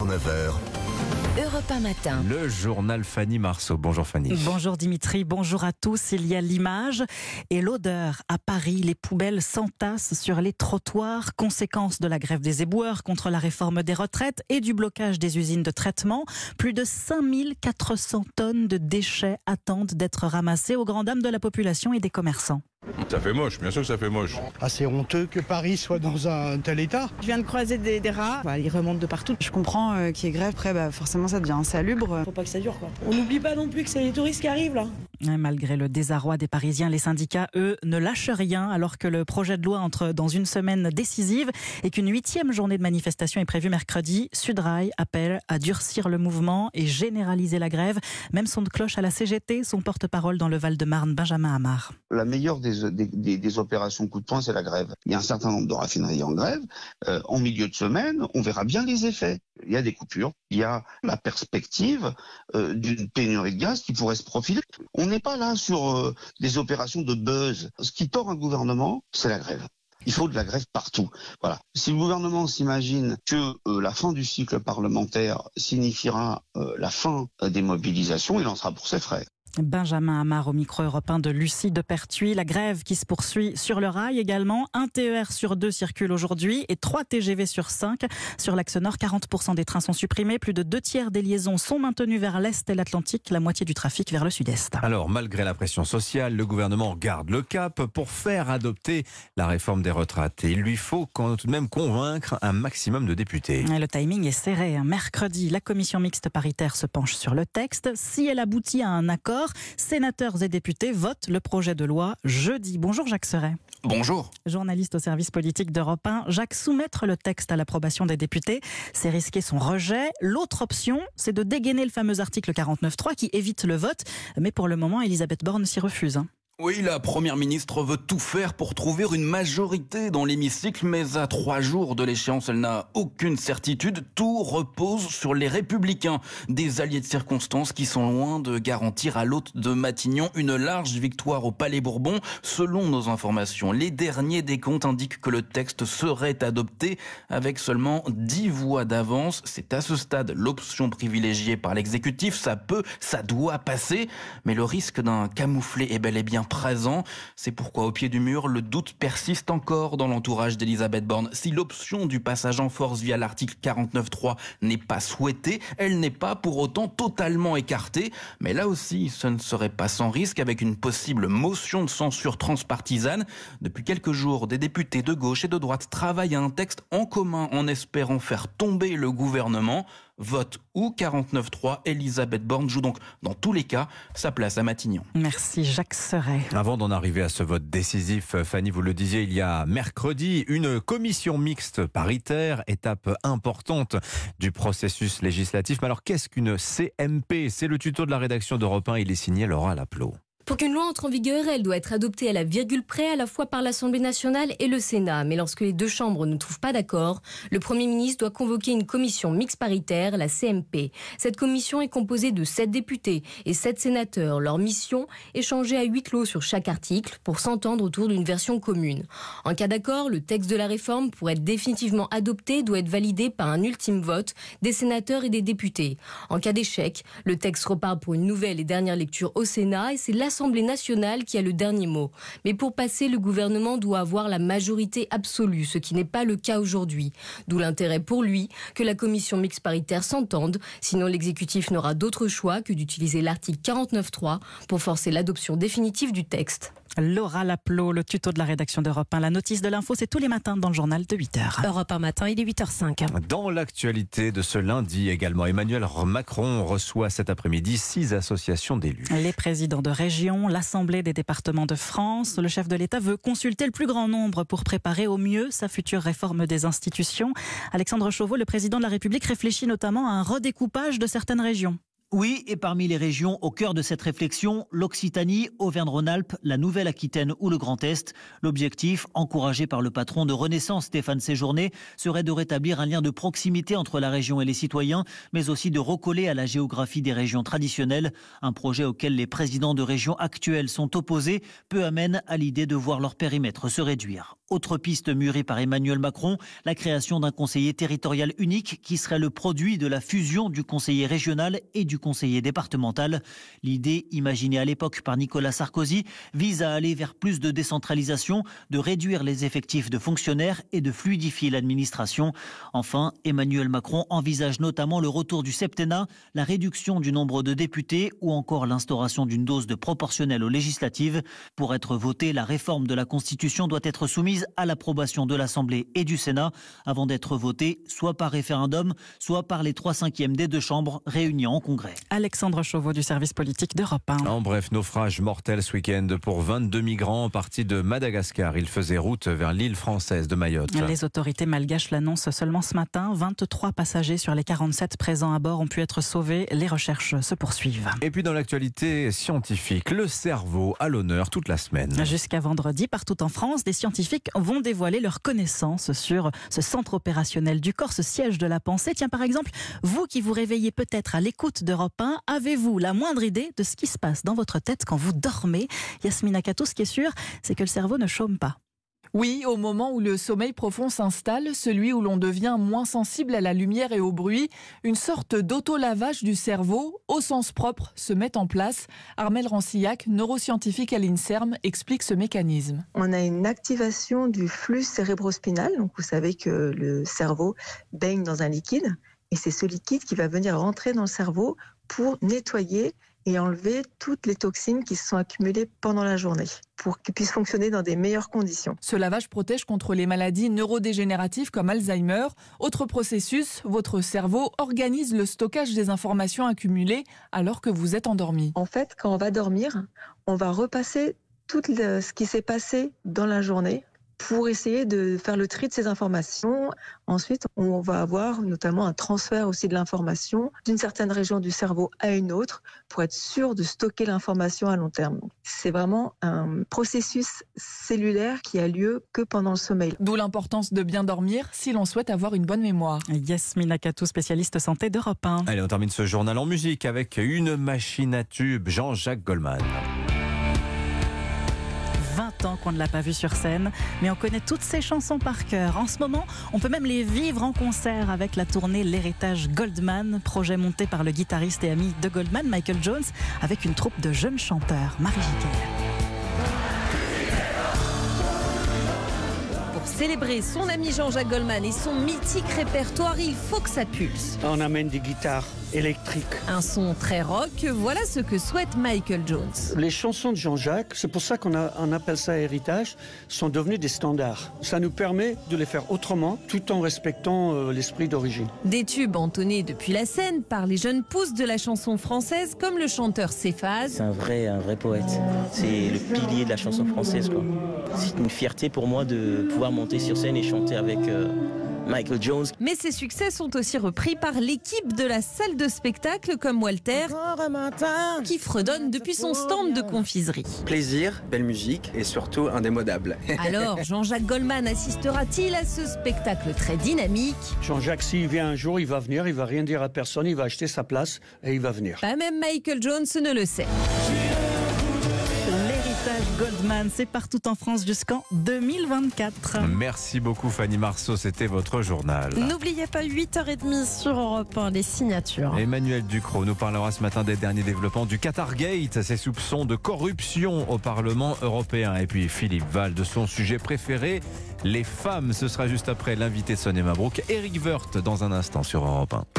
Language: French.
9h. Europe 1 matin. Le journal Fanny Marceau. Bonjour Fanny. Bonjour Dimitri, bonjour à tous. Il y a l'image et l'odeur. À Paris, les poubelles s'entassent sur les trottoirs, conséquence de la grève des éboueurs contre la réforme des retraites et du blocage des usines de traitement. Plus de 5400 tonnes de déchets attendent d'être ramassées aux grandes dames de la population et des commerçants. Ça fait moche, bien sûr que ça fait moche. C'est honteux que Paris soit dans un tel état. Je viens de croiser des rats, ils remontent de partout. Je comprends qu'il y ait grève, après forcément ça devient insalubre. Faut pas que ça dure quoi. On n'oublie pas non plus que c'est les touristes qui arrivent là. Et malgré le désarroi des Parisiens, les syndicats, eux, ne lâchent rien alors que le projet de loi entre dans une semaine décisive et qu'une 8e journée de manifestation est prévue mercredi. Sudrail appelle à durcir le mouvement et généraliser la grève. Même son de cloche à la CGT, son porte-parole dans le Val-de-Marne, Benjamin Amar. La meilleure des opérations coup de poing, c'est la grève. Il y a un certain nombre de raffineries en grève. En milieu de semaine, on verra bien les effets. Il y a des coupures, il y a la perspective d'une pénurie de gaz qui pourrait se profiler. On n'est pas là sur des opérations de buzz. Ce qui tord un gouvernement, c'est la grève. Il faut de la grève partout. Voilà. Si le gouvernement s'imagine que la fin du cycle parlementaire signifiera la fin des mobilisations, il en sera pour ses frais. Benjamin Amar au micro européen de Lucie de Pertuis. La grève qui se poursuit sur le rail également. 1 TER sur 2 circule aujourd'hui et 3 TGV sur 5. Sur l'axe nord, 40% des trains sont supprimés. Plus de 2 tiers des liaisons sont maintenues vers l'Est et l'Atlantique. La moitié du trafic vers le Sud-Est. Alors, malgré la pression sociale, le gouvernement garde le cap pour faire adopter la réforme des retraites. Et il lui faut tout de même convaincre un maximum de députés. Et le timing est serré. Mercredi, la commission mixte paritaire se penche sur le texte. Si elle aboutit à un accord, sénateurs et députés votent le projet de loi jeudi. Bonjour Jacques Serret. Bonjour. Journaliste au service politique d'Europe 1. Jacques, soumettre le texte à l'approbation des députés, c'est risquer son rejet. L'autre option, c'est de dégainer le fameux article 49.3 qui évite le vote. Mais pour le moment, Elisabeth Borne s'y refuse. Oui, la première ministre veut tout faire pour trouver une majorité dans l'hémicycle, mais à 3 jours de l'échéance, elle n'a aucune certitude. Tout repose sur les Républicains, des alliés de circonstance qui sont loin de garantir à l'hôte de Matignon une large victoire au Palais Bourbon. Selon nos informations, les derniers décomptes indiquent que le texte serait adopté avec seulement 10 voix d'avance. C'est à ce stade l'option privilégiée par l'exécutif. Ça doit passer, mais le risque d'un camouflet est bel et bien présent. C'est pourquoi au pied du mur, le doute persiste encore dans l'entourage d'Elisabeth Borne. Si l'option du passage en force via l'article 49.3 n'est pas souhaitée, elle n'est pas pour autant totalement écartée. Mais là aussi, ce ne serait pas sans risque avec une possible motion de censure transpartisane. Depuis quelques jours, des députés de gauche et de droite travaillent à un texte en commun en espérant faire tomber le gouvernement. Vote ou 49.3, Elisabeth Borne joue donc dans tous les cas sa place à Matignon. Merci Jacques Serret. Avant d'en arriver à ce vote décisif, Fanny, vous le disiez, il y a mercredi une commission mixte paritaire, étape importante du processus législatif. Mais alors qu'est-ce qu'une CMP? C'est le tuto de la rédaction d'Europe 1, il est signé Laura Laplot. Pour qu'une loi entre en vigueur, elle doit être adoptée à la virgule près à la fois par l'Assemblée nationale et le Sénat. Mais lorsque les deux chambres ne trouvent pas d'accord, le Premier ministre doit convoquer une commission mixte paritaire, la CMP. Cette commission est composée de 7 députés et 7 sénateurs. Leur mission, échanger à huis clos sur chaque article pour s'entendre autour d'une version commune. En cas d'accord, le texte de la réforme, pour être définitivement adopté, doit être validé par un ultime vote des sénateurs et des députés. En cas d'échec, le texte repart pour une nouvelle et dernière lecture au Sénat et c'est l'Assemblée nationale qui a le dernier mot. Mais pour passer, le gouvernement doit avoir la majorité absolue, ce qui n'est pas le cas aujourd'hui. D'où l'intérêt pour lui que la commission mixte paritaire s'entende, sinon l'exécutif n'aura d'autre choix que d'utiliser l'article 49.3 pour forcer l'adoption définitive du texte. Laura Laplot, le tuto de la rédaction d'Europe 1. La notice de l'info, c'est tous les matins dans le journal de 8h. Europe 1 matin, il est 8h05. Dans l'actualité de ce lundi également, Emmanuel Macron reçoit cet après-midi 6 associations d'élus. Les présidents de région, l'Assemblée des départements de France. Le chef de l'État veut consulter le plus grand nombre pour préparer au mieux sa future réforme des institutions. Alexandre Chauveau, le président de la République, réfléchit notamment à un redécoupage de certaines régions. Oui, et parmi les régions au cœur de cette réflexion, l'Occitanie, Auvergne-Rhône-Alpes, la Nouvelle-Aquitaine ou le Grand Est. L'objectif, encouragé par le patron de Renaissance, Stéphane Séjourné, serait de rétablir un lien de proximité entre la région et les citoyens, mais aussi de recoller à la géographie des régions traditionnelles. Un projet auquel les présidents de régions actuels sont opposés, peu amène à l'idée de voir leur périmètre se réduire. Autre piste mûrie par Emmanuel Macron, la création d'un conseiller territorial unique qui serait le produit de la fusion du conseiller régional et du conseiller départemental. L'idée, imaginée à l'époque par Nicolas Sarkozy, vise à aller vers plus de décentralisation, de réduire les effectifs de fonctionnaires et de fluidifier l'administration. Enfin, Emmanuel Macron envisage notamment le retour du septennat, la réduction du nombre de députés ou encore l'instauration d'une dose de proportionnelle aux législatives. Pour être votée, la réforme de la Constitution doit être soumise à l'approbation de l'Assemblée et du Sénat avant d'être votée soit par référendum, soit par les 3/5 des deux chambres réunies en congrès. Alexandre Chauveau du service politique d'Europe 1. En bref, naufrage mortel ce week-end pour 22 migrants partis de Madagascar. Ils faisaient route vers l'île française de Mayotte. Les autorités malgaches l'annoncent seulement ce matin. 23 passagers sur les 47 présents à bord ont pu être sauvés. Les recherches se poursuivent. Et puis dans l'actualité scientifique, le cerveau à l'honneur toute la semaine. Jusqu'à vendredi, partout en France, des scientifiques vont dévoiler leurs connaissances sur ce centre opérationnel du corps, ce siège de la pensée. Tiens, par exemple, vous qui vous réveillez peut-être à l'écoute d'Europe 1, avez-vous la moindre idée de ce qui se passe dans votre tête quand vous dormez? Yasmina Katou, ce qui est sûr, c'est que le cerveau ne chôme pas. Oui, au moment où le sommeil profond s'installe, celui où l'on devient moins sensible à la lumière et au bruit, une sorte d'auto-lavage du cerveau, au sens propre, se met en place. Armelle Rancillac, neuroscientifique à l'INSERM, explique ce mécanisme. On a une activation du flux cérébrospinal. Donc vous savez que le cerveau baigne dans un liquide et c'est ce liquide qui va venir rentrer dans le cerveau pour nettoyer et enlever toutes les toxines qui se sont accumulées pendant la journée pour qu'il puisse fonctionner dans des meilleures conditions. Ce lavage protège contre les maladies neurodégénératives comme Alzheimer. Autre processus, votre cerveau organise le stockage des informations accumulées alors que vous êtes endormi. En fait, quand on va dormir, on va repasser tout ce qui s'est passé dans la journée pour essayer de faire le tri de ces informations. Ensuite, on va avoir notamment un transfert aussi de l'information d'une certaine région du cerveau à une autre pour être sûr de stocker l'information à long terme. C'est vraiment un processus cellulaire qui a lieu que pendant le sommeil. D'où l'importance de bien dormir si l'on souhaite avoir une bonne mémoire. Yasmina Katou, spécialiste santé d'Europe 1. Allez, on termine ce journal en musique avec une machine à tube, Jean-Jacques Goldman. 20 ans qu'on ne l'a pas vu sur scène, mais on connaît toutes ses chansons par cœur. En ce moment, on peut même les vivre en concert avec la tournée L'Héritage Goldman, projet monté par le guitariste et ami de Goldman, Michael Jones, avec une troupe de jeunes chanteurs. Marie Giquel. Pour célébrer son ami Jean-Jacques Goldman et son mythique répertoire, il faut que ça pulse. On amène des guitares électriques. Un son très rock, voilà ce que souhaite Michael Jones. Les chansons de Jean-Jacques, c'est pour ça qu'on appelle ça héritage, sont devenues des standards. Ça nous permet de les faire autrement, tout en respectant l'esprit d'origine. Des tubes entonnés depuis la scène par les jeunes pousses de la chanson française, comme le chanteur Céphase. C'est un vrai poète. C'est le pilier de la chanson française, quoi. C'est une fierté pour moi de pouvoir monter sur scène et chanter avec Michael Jones. Mais ses succès sont aussi repris par l'équipe de la salle de spectacle comme Walter, qui fredonne depuis son stand de confiserie. Plaisir, belle musique et surtout indémodable. Alors, Jean-Jacques Goldman assistera-t-il à ce spectacle très dynamique? Jean-Jacques, s'il vient un jour, il va venir, il va rien dire à personne, il va acheter sa place et il va venir. Pas même Michael Jones ne le sait. L'Héritage Goldman, c'est partout en France jusqu'en 2024. Merci beaucoup Fanny Marceau, c'était votre journal. N'oubliez pas 8h30 sur Europe 1, les signatures. Emmanuel Ducrot nous parlera ce matin des derniers développements du Qatargate, ses soupçons de corruption au Parlement européen. Et puis Philippe Val de son sujet préféré, les femmes. Ce sera juste après l'invité de Sonia Mabrouk, Éric Woerth, dans un instant sur Europe 1.